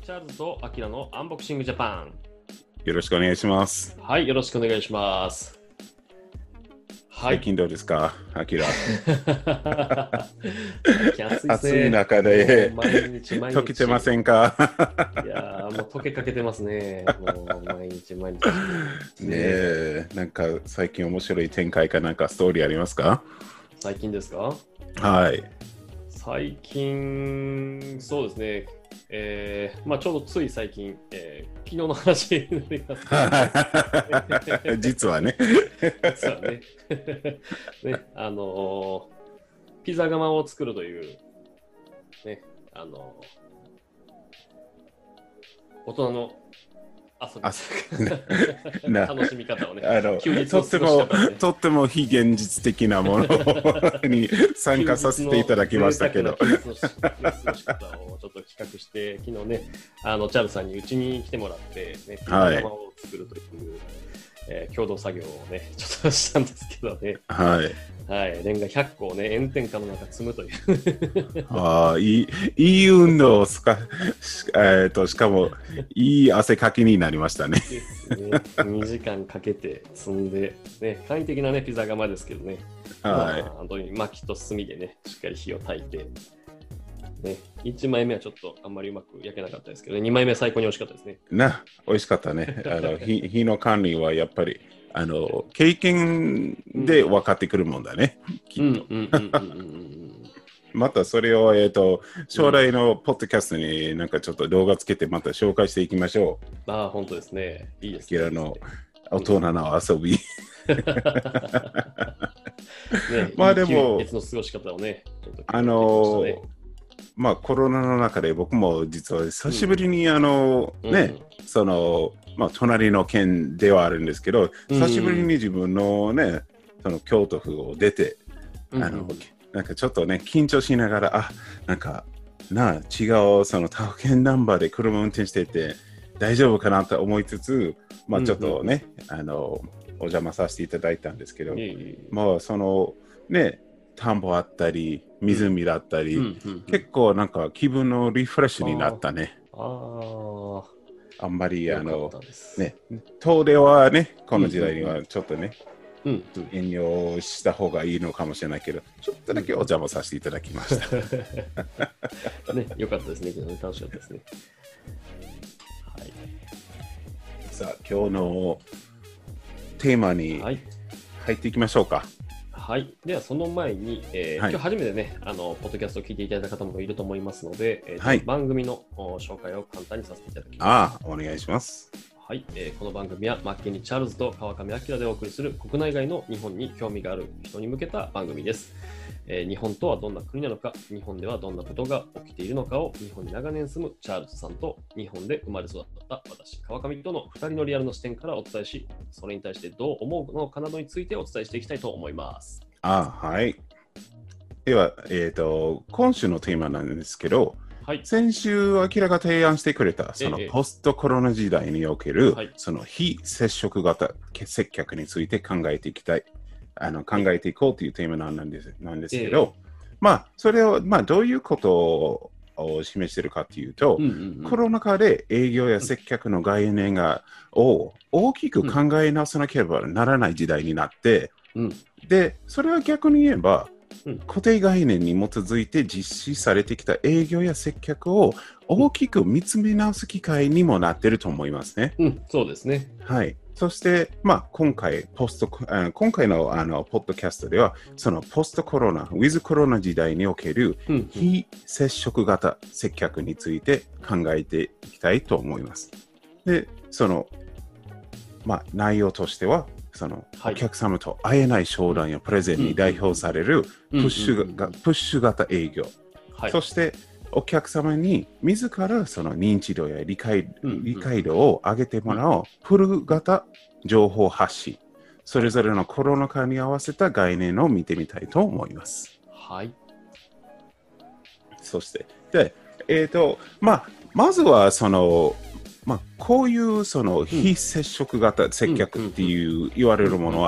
チャールズとアキラのアンボクシングジャパン。 よろしくお願いします。 はい、よろしくお願いします。 はい、最近どうですか、アキラ。 暑い中で毎日溶けてませんか？ いやー、もう溶けかけてますね。もう毎日。ねえ、なんか最近面白い展開かなんかストーリーありますか？ 最近ですか？ はい。 最近、そうですね。ちょうどつい最近、昨日の話になりますけど、 実はね。 実はね。ね、ピザ窯を作るという、ね、大人の遊び楽しみ方をね、 とっても非現実的なものに参加させていただきましたけど。 休日の過ごし方をちょっと企画して、昨日ね、チャールさんにうちに来てもらって、ね、ピザ窯を作るという、共同作業をね、ちょっとしたんですけどね。 はい。 はい、レンガ100個をね、炎天下の中積むという。 ああ、いい運動しかも、いい汗かきになりましたね。 2時間かけて積んで、ね、簡易的なね、ピザ窯ですけどね。 はい。 本当に薪と炭でね、しっかり火を焚いて、ね、1枚目はちょっとあんまりうまく焼けなかったですけど、ね、2枚目は最高に美味しかったですね。 美味しかったね。火の管理はやっぱり、経験で分かってくるもんだね、きっと。またそれを、将来のポッドキャストになんかちょっと動画つけてまた紹介していきましょう。ああ、本当ですね。いいですね。アキラの大人の遊び。 まあでも、別の過ごし方をね、ちょっとコロナの中で僕も実は久しぶりに隣の県ではあるんですけど、久しぶりに自分のね、その京都府を出て、なんかちょっとね、緊張しながら、違うその他府県ナンバーで車運転してて大丈夫かなと思いつつ、ちょっとね、お邪魔させていただいたんですけど、もうそのね、田んぼあったり、湖だったり、結構なんか気分のリフレッシュになったね。あんまりね、遠出はね、この時代にはちょっとね、遠慮した方がいいのかもしれないけど、ちょっとだけお邪魔させていただきました。 ね、よかったですね、楽しかったですね。はい。 さあ、今日のテーマに入っていきましょうか。 はい。では、その前に、今日初めてね、ポッドキャストを聞いていただいた方もいると思いますので、番組の紹介を簡単にさせていただきます。 お願いします。 はい、この番組はマッケニー・チャールズと川上彰でお送りする国内外の日本に興味がある人に向けた番組です。日本とはどんな国なのか、日本ではどんなことが起きているのかを日本に長年住むチャールズさんと日本で生まれ育った私、川上との2人のリアルの視点からお伝えし、それに対してどう思うのかなどについてお伝えしていきたいと思います。 はい。では、今週のテーマなんですけど、先週、アキラが提案してくれた、そのポストコロナ時代における、その非接触型接客について考えていこうというテーマなんですけど、それを、どういうことを示しているかというと、コロナ禍で営業や接客の概念を大きく考え直さなければならない時代になって、で、それは逆に言えば、固定概念に基づいて実施されてきた営業や接客を大きく見つめ直す機会にもなっていると思いますね。 そうですね。 はい。そして、今回のポッドキャストでは、そのポストコロナ、ウィズコロナ時代における非接触型接客について考えていきたいと思います。で、その、内容としては、そのお客様と会えない商談やプレゼンに代表されるプッシュ型営業、そしてお客様に自らその認知度や理解度を上げてもらおうプル型情報発信、それぞれのコロナ禍に合わせた概念を見てみたいと思います。 はい。 そしてで、まずはそのこういうその非接触型接客っていう言われるものは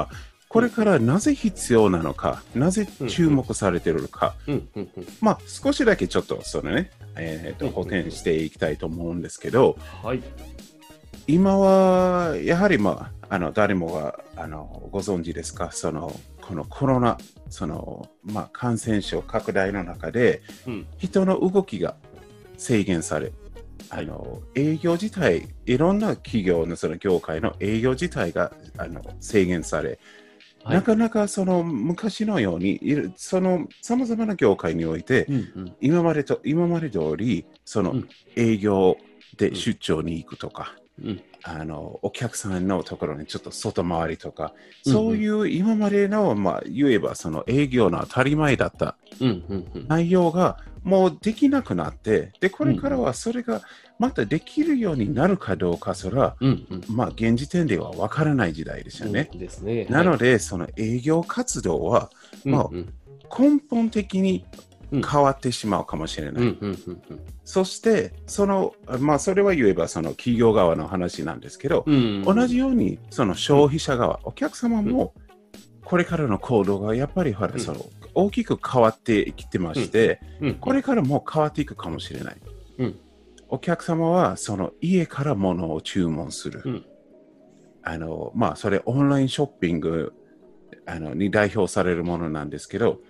これからなぜ必要なのか、なぜ注目されているのか、まあ少しだけちょっとそのね、補填していきたいと思うんですけど、 はい、 今はやはりまあ誰もがご存知ですか、このコロナまあ、感染症拡大の中で、人の動きが制限され、営業自体、いろんな企業のその業界の営業自体が制限され、なかなか昔のようにさまざまな業界において、今まで通り営業で出張に行くとか、お客さんのところにちょっと外回りとか、そういう今までの、まあ、言えば営業の当たり前だった内容がもうできなくなって、でこれからはそれがまたできるようになるかどうか、それは、まあ現時点では分からない時代ですよね。なので、その営業活動は、まあ、根本的に変わってしまうかもしれない。そして、まあ、それは言えば企業側の話なんですけど、同じように消費者側、お客様もこれからの行動がやっぱり大きく変わってきてまして、これからも変わっていくかもしれない。お客様は家から物を注文する。まあ、それオンラインショッピングに代表されるものなんですけど、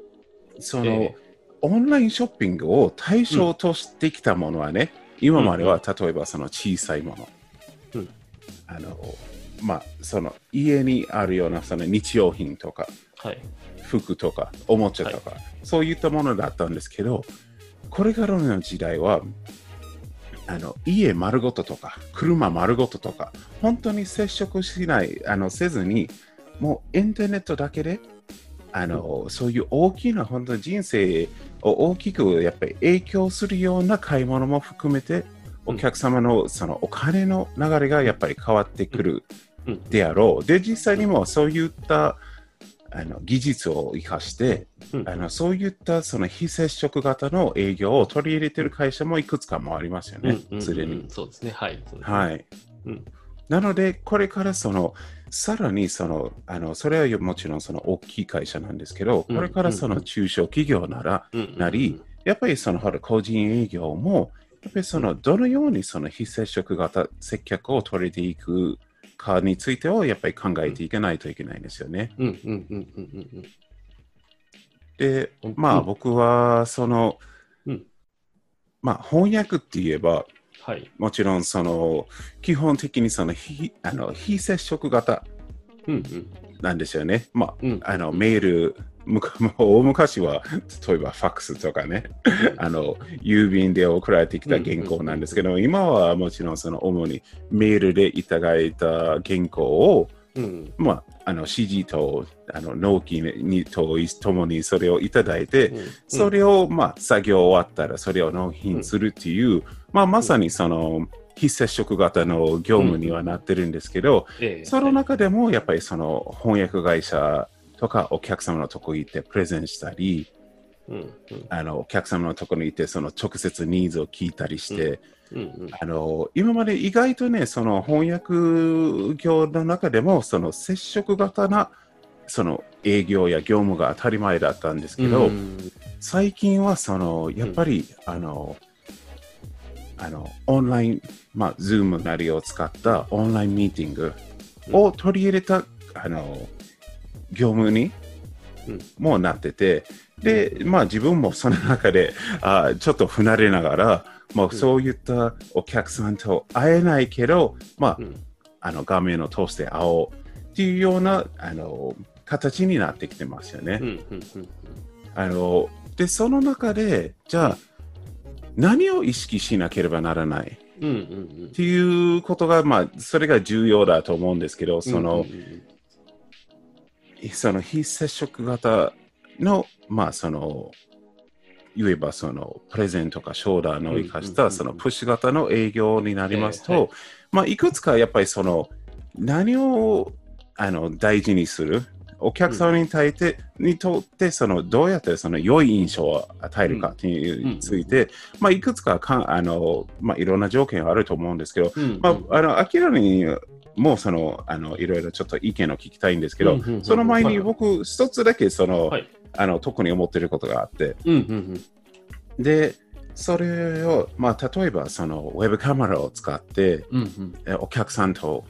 オンラインショッピングを対象としてきたものはね、今までは例えば小さいもの、まあ、家にあるような日用品とか、服とかおもちゃとか、そういったものだったんですけど、これからの時代は家丸ごととか車丸ごととか、本当に接触しないせずに、もうインターネットだけでそういう大きな本当に人生を大きくやっぱり影響するような買い物も含めて、お客様のお金の流れがやっぱり変わってくるであろう。で、実際にもそういった技術を生かして、そういった非接触型の営業を取り入れている会社もいくつかもありますよね、すでに。 そうですね。はい。 はい。なので、これからさらにそれはもちろん大きい会社なんですけど、これから中小企業なり、やっぱり個人営業も、やっぱりどのように非接触型接客を取れていくかについては、やっぱり考えていかないといけないんですよね。で、まあ僕はまあ翻訳って言えば、もちろん基本的に非接触型なんですよね。まあ、メール、大昔は例えばファックスとかね、郵便で送られてきた原稿なんですけど、今はもちろん主にメールでいただいた原稿を、まあ、指示と納期にともにそれをいただいて、それを、まあ、作業終わったらそれを納品するっていう、まあ、まさに非接触型の業務にはなってるんですけど、その中でもやっぱり翻訳会社とかお客様のところに行ってプレゼンしたり、お客様のところに行って直接ニーズを聞いたりして、今まで意外とね、翻訳業の中でも接触型な営業や業務が当たり前だったんですけど、最近はやっぱり、オンライン、まあ、Zoom なりを使ったオンラインミーティングを取り入れた、業務にもなってて、で、まあ自分もその中でちょっと不慣れながら、まあ、そういったお客さんと会えないけど、まあ、画面を通して会おうっていうような形になってきてますよね。で、その中で、じゃあ、何を意識しなければならないっていうことが、まあ、それが重要だと思うんですけど、非接触型の、まあ、言えばプレゼンとかショーダーの生かしたプッシュ型の営業になりますと、まあ、いくつかやっぱり何を大事にする、お客様にとってどうやって良い印象を与えるかっていうについて、まあ、いくつかまあ、いろんな条件があると思うんですけど、まあ、明らかにもういろいろちょっと意見を聞きたいんですけど、その前に僕、一つだけ特に思っていることがあって、で、それを、まあ、例えばウェブカメラを使って、お客さんと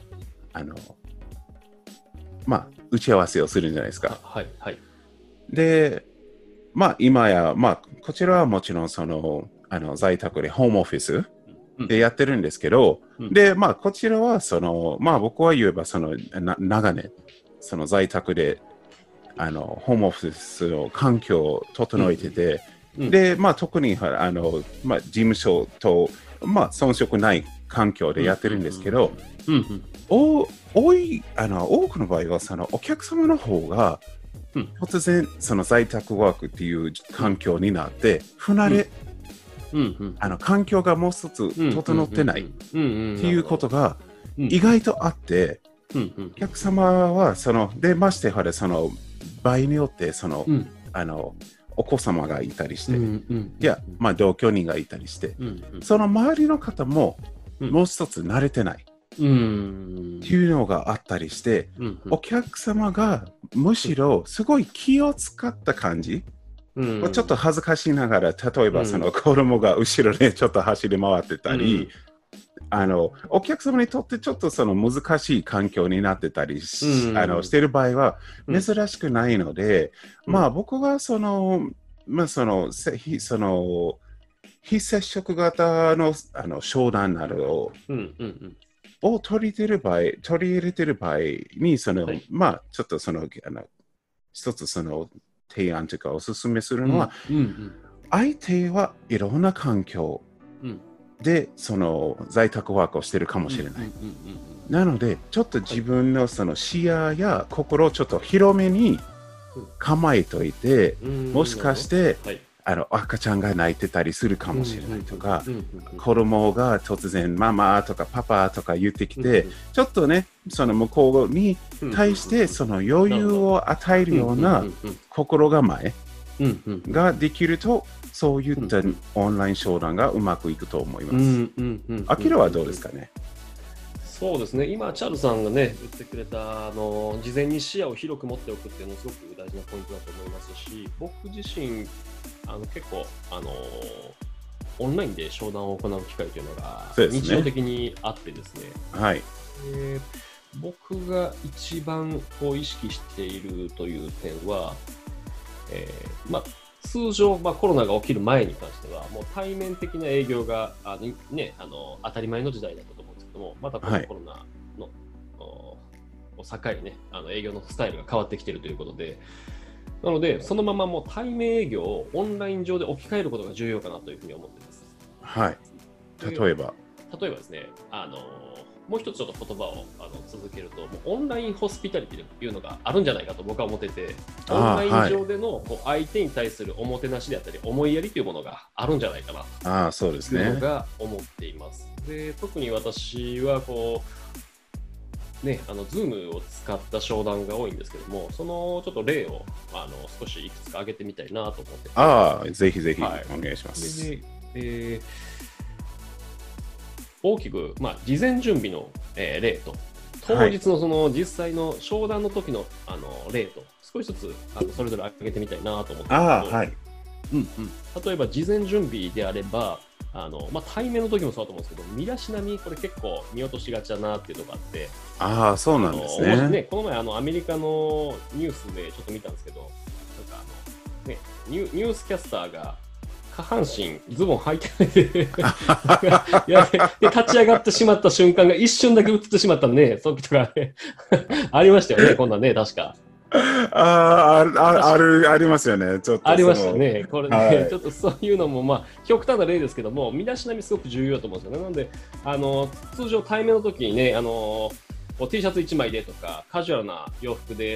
まあ、打ち合わせをするんじゃないですか。 はいはい、 で、まあ、今や、まあ、こちらはもちろん在宅でホームオフィスでやってるんですけど、で、まあ、こちらはまあ、僕は言えば長年在宅でホームオフィスの環境を整えてて、で、まあ、特にまあ、事務所と、まあ、遜色ない環境でやってるんですけど、多くの場合はお客様の方が突然在宅ワークっていう環境になって不慣れ、環境がもう一つ整ってないっていうことが意外とあって、お客様はでまして場合によってお子様がいたりして、いや、まあ、同居人がいたりして、その周りの方ももう一つ慣れてないっていうのがあったりして、お客様がむしろすごい気を使った感じ、ちょっと恥ずかしながら、例えば子供が後ろでちょっと走り回ってたり、お客様にとってちょっと難しい環境になってたりしている場合は珍しくないので、まあ僕はまあ非接触型の商談などを取り入れている場合にまあちょっと一つ提案というかおすすめするのは、相手はいろんな環境で在宅ワークをしているかもしれない。なのでちょっと自分の視野や心をちょっと広めに構えといて、もしかして赤ちゃんが泣いてたりするかもしれないとか、子供が突然ママとかパパとか言ってきて、ちょっとね向こうに対して余裕を与えるような心構えができると、そういったオンライン商談がうまくいくと思います。アキラはどうですかね。 そうですね、今、チャールさんがね、言ってくれた事前に視野を広く持っておくっていうのはすごく大事なポイントだと思いますし、僕自身、結構オンラインで商談を行う機会というのが日常的にあってですね、 はい、 僕が一番意識しているという点は、まあ、通常、コロナが起きる前に関してはもう対面的な営業が当たり前の時代だったと思うんですけども、またこのコロナの、を境にね営業のスタイルが変わってきているということで、なのでそのままもう対面営業をオンライン上で置き換えることが重要かなというふうに思っています。 はい。例えばですね、もう一つちょっと言葉を続けると、もうオンラインホスピタリティというのがあるんじゃないかと僕は思ってて、オンライン上での相手に対するおもてなしであったり思いやりというものがあるんじゃないかなというのが思っています。で、特に私はZoom を使った商談が多いんですけども、ちょっと例を少しいくつか挙げてみたいなと思って。 ぜひぜひお願いします。 大きく、事前準備の、例と、当日の実際の商談の時の例と、少しずつそれぞれ挙げてみたいなと思って例えば事前準備であれば、対面の時もそうだと思うんですけど、身だしなみ、これ結構見落としがちだなっていうところがあって、 そうなんですね。 この前アメリカのニュースでちょっと見たんですけど、ニュースキャスターが下半身ズボン履いてないで立ち上がってしまった瞬間が一瞬だけ映ってしまったね、そういうことがねありましたよね、今度はね、確か。 ありますよね。ちょっとありましたね。これね、ちょっとそういうのも極端な例ですけども、身だしなみすごく重要だと思うんですよね。なので通常対面の時にね、T シャツ1枚でとかカジュアルな洋服で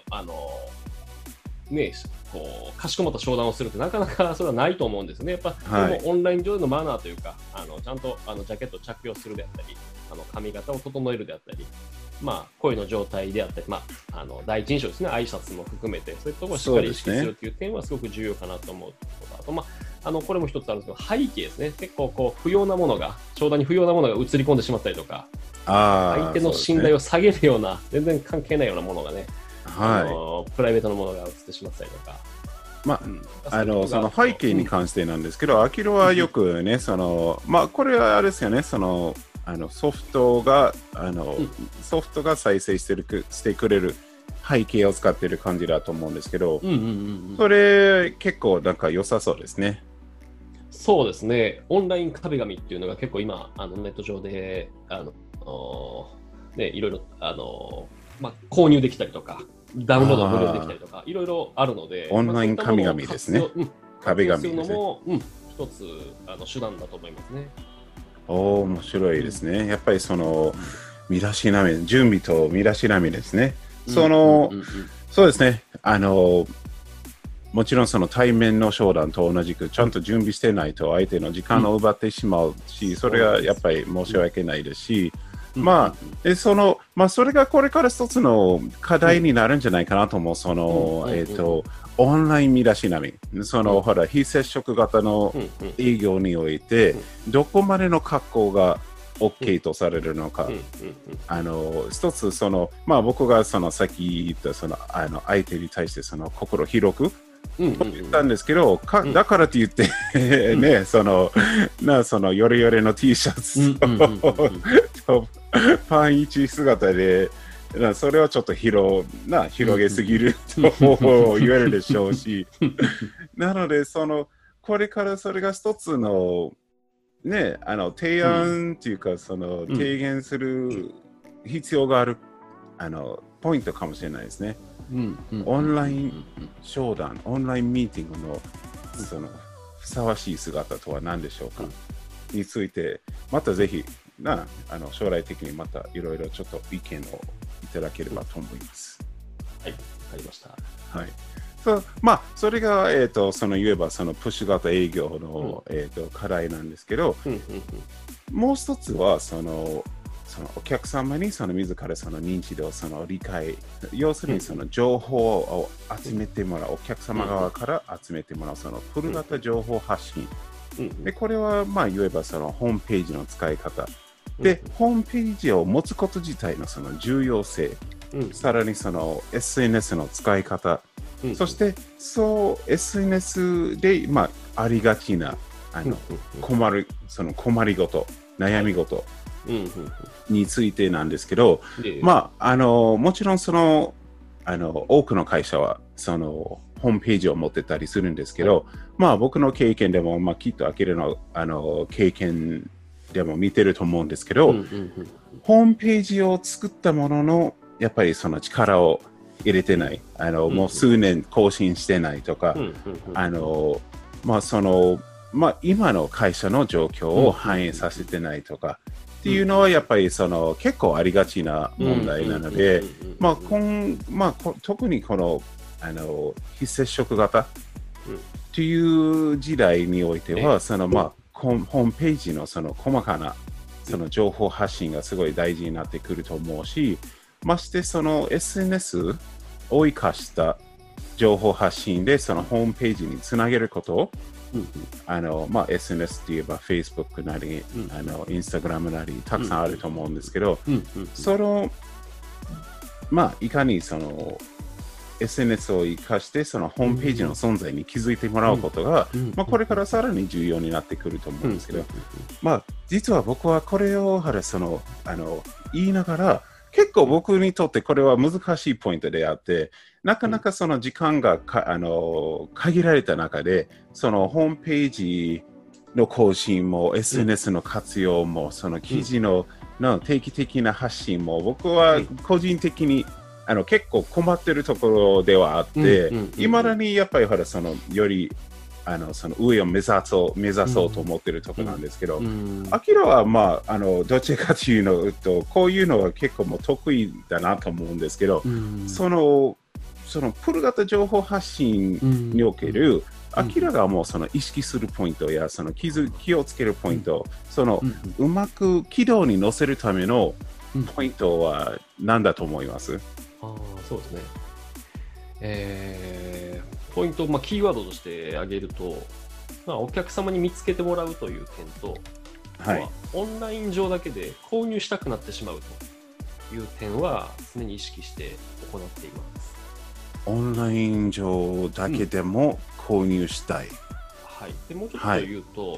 かしこまった商談をするってなかなかそれはないと思うんですね。やっぱ、オンライン上でのマナーというか、ちゃんとジャケットを着用するであったり、髪型を整えるであったり、声の状態であったり、第一印象ですね、挨拶も含めて、そういったところをしっかり意識するという点はすごく重要かなと思うことと、これも一つあるんですけど、背景ですね。結構不要なものが、商談に不要なものが映り込んでしまったりとか、 相手の信頼を下げるような、全然関係ないようなものがね、プライベートのものが映ってしまったりとか。 その背景に関してなんですけど、アキロはよくね、これはあれですよね、ソフトが再生してくれる背景を使ってる感じだと思うんですけど、それ結構なんか良さそうですね。 そうですね、オンライン壁紙っていうのが結構今、ネット上でいろいろ購入できたりとダウンロード無料できたりとか、いろいろあるので、 オンライン壁紙ですね。 壁紙ですね。も一つ手段だと思いますね。 面白いですね。やっぱり身だしなみ、準備と身だしなみですね。そうですね。もちろん対面の商談と同じくちゃんと準備してないと相手の時間を奪ってしまうし、それがやっぱり申し訳ないですし、それがこれから一つの課題になるんじゃないかなと思う。オンライン身だしなみ、ほら、非接触型の営業において、どこまでの格好が OK とされるのか、一つ僕がさっき言った相手に対して心広く言ったんですけど、だからと言ってね、ヨレヨレの T シャツとパン1姿で、それはちょっと広げすぎると言われるでしょうし、なのでこれからそれが一つのね、提案というか提言する必要があるポイントかもしれないですね。オンライン商談、オンラインミーティングのふさわしい姿とは何でしょうか、について、またぜひ将来的にまたいろいろちょっと意見をいただければと思います。 はい、わかりました。 はい。それが、言えばプッシュ型営業の、課題なんですけど、もう一つはお客様に自ら認知度、理解、要するに情報を集めてもらう、お客様側から集めてもらうプル型情報発信。でこれは言えばホームページの使い方。で、ホームページを持つこと自体の重要性、さらにSNS の使い方、そしてSNS で、ありがちな困りごと、悩みごとについてなんですけど、もちろん多くの会社はホームページを持ってたりするんですけど、僕の経験でも、きっとアキラの経験でも見てると思うんですけど、ホームページを作ったもののやっぱり力を入れてない、もう数年更新してないとか、今の会社の状況を反映させてないとかっていうのはやっぱり結構ありがちな問題なので、特にこの非接触型っていう時代においては、ホームページの細かな情報発信がすごい大事になってくると思うし、ましてSNS を生かした情報発信でホームページにつなげることを、SNS って言えば Facebook なり、Instagram なりたくさんあると思うんですけど、いかにSNS を生かしてホームページの存在に気づいてもらうことが、これからさらに重要になってくると思うんですけど、実は僕はこれを言いながら、結構僕にとってこれは難しいポイントであって、なかなか時間が限られた中で、ホームページの更新も SNS の活用も、記事の定期的な発信も、僕は個人的に結構困ってるところではあって、いまだにやっぱりより上を目指そうと思ってるところなんですけど、アキラはどちらかというとこういうのは結構もう得意だなと思うんですけど、プル型情報発信におけるアキラがもう意識するポイントや気をつけるポイント、うまく軌道に乗せるためのポイントは何だと思います？ そうですね。ポイント、キーワードとして挙げると、お客様に見つけてもらうという点と、 はい、 オンライン上だけで購入したくなってしまうという点は常に意識して行っています。 オンライン上だけでも購入したい。 はい、でもうちょっと言うと、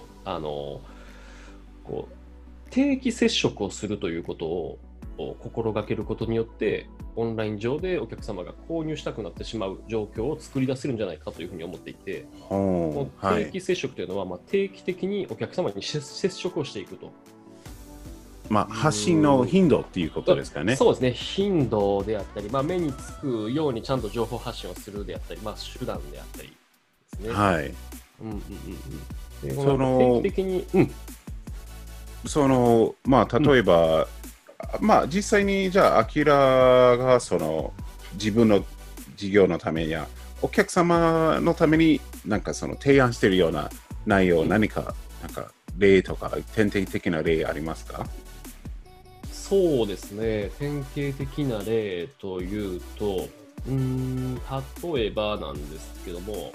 こう定期接触をするということを心がけることによってオンライン上でお客様が購入したくなってしまう状況を作り出せるんじゃないかというふうに思っていて、定期接触というのは、定期的にお客様に接触をしていくと。 発信の頻度っていうことですかね。 そうですね、頻度であったり、目につくようにちゃんと情報発信をするであったり、手段であったりですね。 はい。 定期的に、 例えば、実際にじゃあ、アキラが自分の事業のためや、お客様のために提案しているような内容、何か例とか、典型的な例ありますか？ そうですね、典型的な例というと、例えばなんですけども、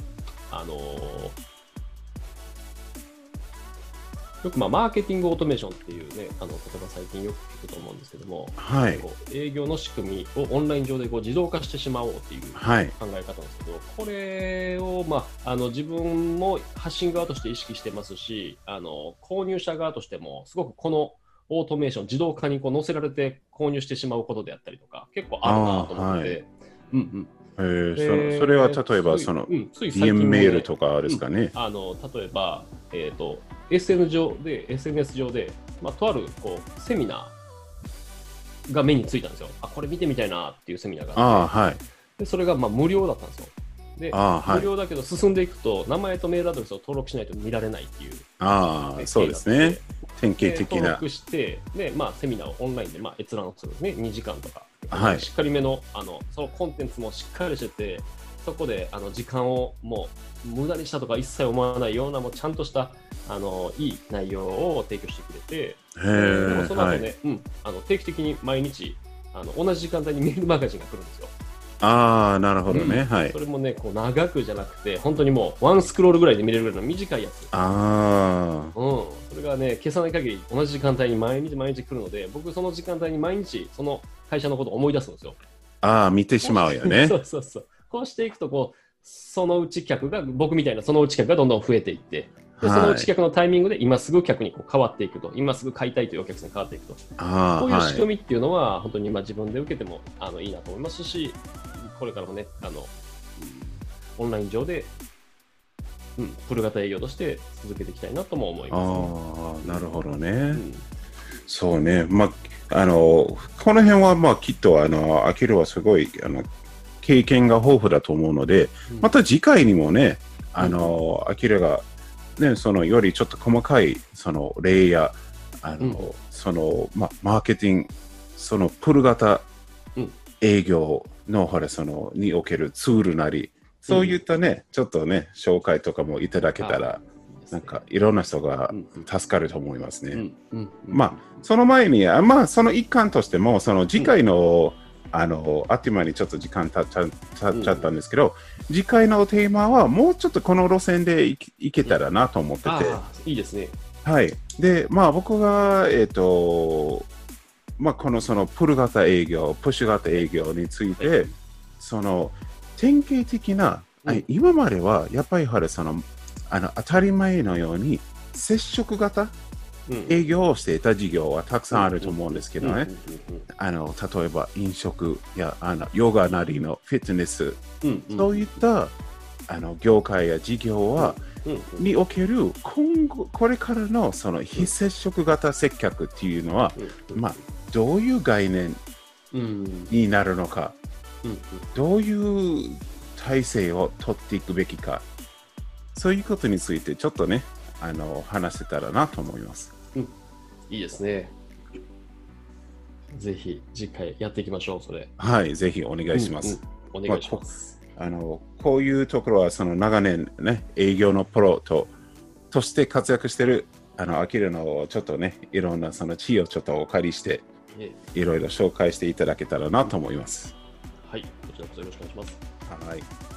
よくマーケティングオートメーションっていうね、言葉最近よく聞くと思うんですけども、 はい、 営業の仕組みをオンライン上で自動化してしまおうっていう考え方なんですけど、これを、自分も発信側として意識してますし、購入者側としても、すごくこのオートメーション、自動化に載せられて購入してしまうことであったりとか、結構あるなと思って、 それは例えばDM メールとかですかね。 例えば、SNS 上で、とあるセミナーが目についたんですよ。これ見てみたいなっていうセミナーがあって、でそれが無料だったんですよ。で、無料だけど進んでいくと名前とメールアドレスを登録しないと見られないっていう。 そうですね。典型的な。 登録して、で、セミナーをオンラインで閲覧をするんですね。2時間とか。しっかりめの、そのコンテンツもしっかりしてて、そこで時間をもう無駄にしたとか一切思わないような、もうちゃんとしたいい内容を提供してくれて、でもその後ね、定期的に毎日同じ時間帯にメールマガジンが来るんですよ。 なるほどね。 それもね、長くじゃなくて、本当にもうワンスクロールぐらいで見れるぐらいの短いやつ。それがね、消さない限り同じ時間帯に毎日来るので、僕その時間帯に毎日その会社のことを思い出すんですよ。 見てしまうよね。 そうこうしていくとそのうち客が、僕みたいなそのうち客がどんどん増えていって、でそのうち客のタイミングで今すぐ客に変わっていくと、今すぐ買いたいというお客さんに変わっていくと、こういう仕組みっていうのは本当に自分で受けてもいいなと思いますし、これからもね、オンライン上で、プル型営業として続けていきたいなとも思います。なるほどね。そうね。この辺はきっとアキラはすごい経験が豊富だと思うので、また次回にもね、アキラがね、よりちょっと細かい例やマーケティング、プル型営業のにおけるツールなり、そういったね、ちょっとね、紹介とかもいただけたら、いろんな人が助かると思いますね。その前に、その一環としても、次回の、あっという間にちょっと時間経っちゃったんですけど、次回のテーマはもうちょっとこの路線でいけたらなと思ってて。 いいですね。 はい。で、僕が、このプル型営業、プッシュ型営業について、典型的な、今まではやっぱり当たり前のように接触型営業をしていた事業はたくさんあると思うんですけどね、例えば飲食やヨガなりのフィットネス、そういった業界や事業は、における今後これからの非接触型接客っていうのは、どういう概念になるのか、どういう体制を取っていくべきか、そういうことについてちょっとね話せたらなと思います。 いいですね。ぜひ次回やっていきましょう。それ。 はい、ぜひお願いします。 お願いします。 こういうところは長年ね営業のプロとして活躍しているアキラのちょっとねいろんな知恵をちょっとお借りしていろいろ紹介していただけたらなと思います。 はい、こちらこそよろしくお願いします。 はい。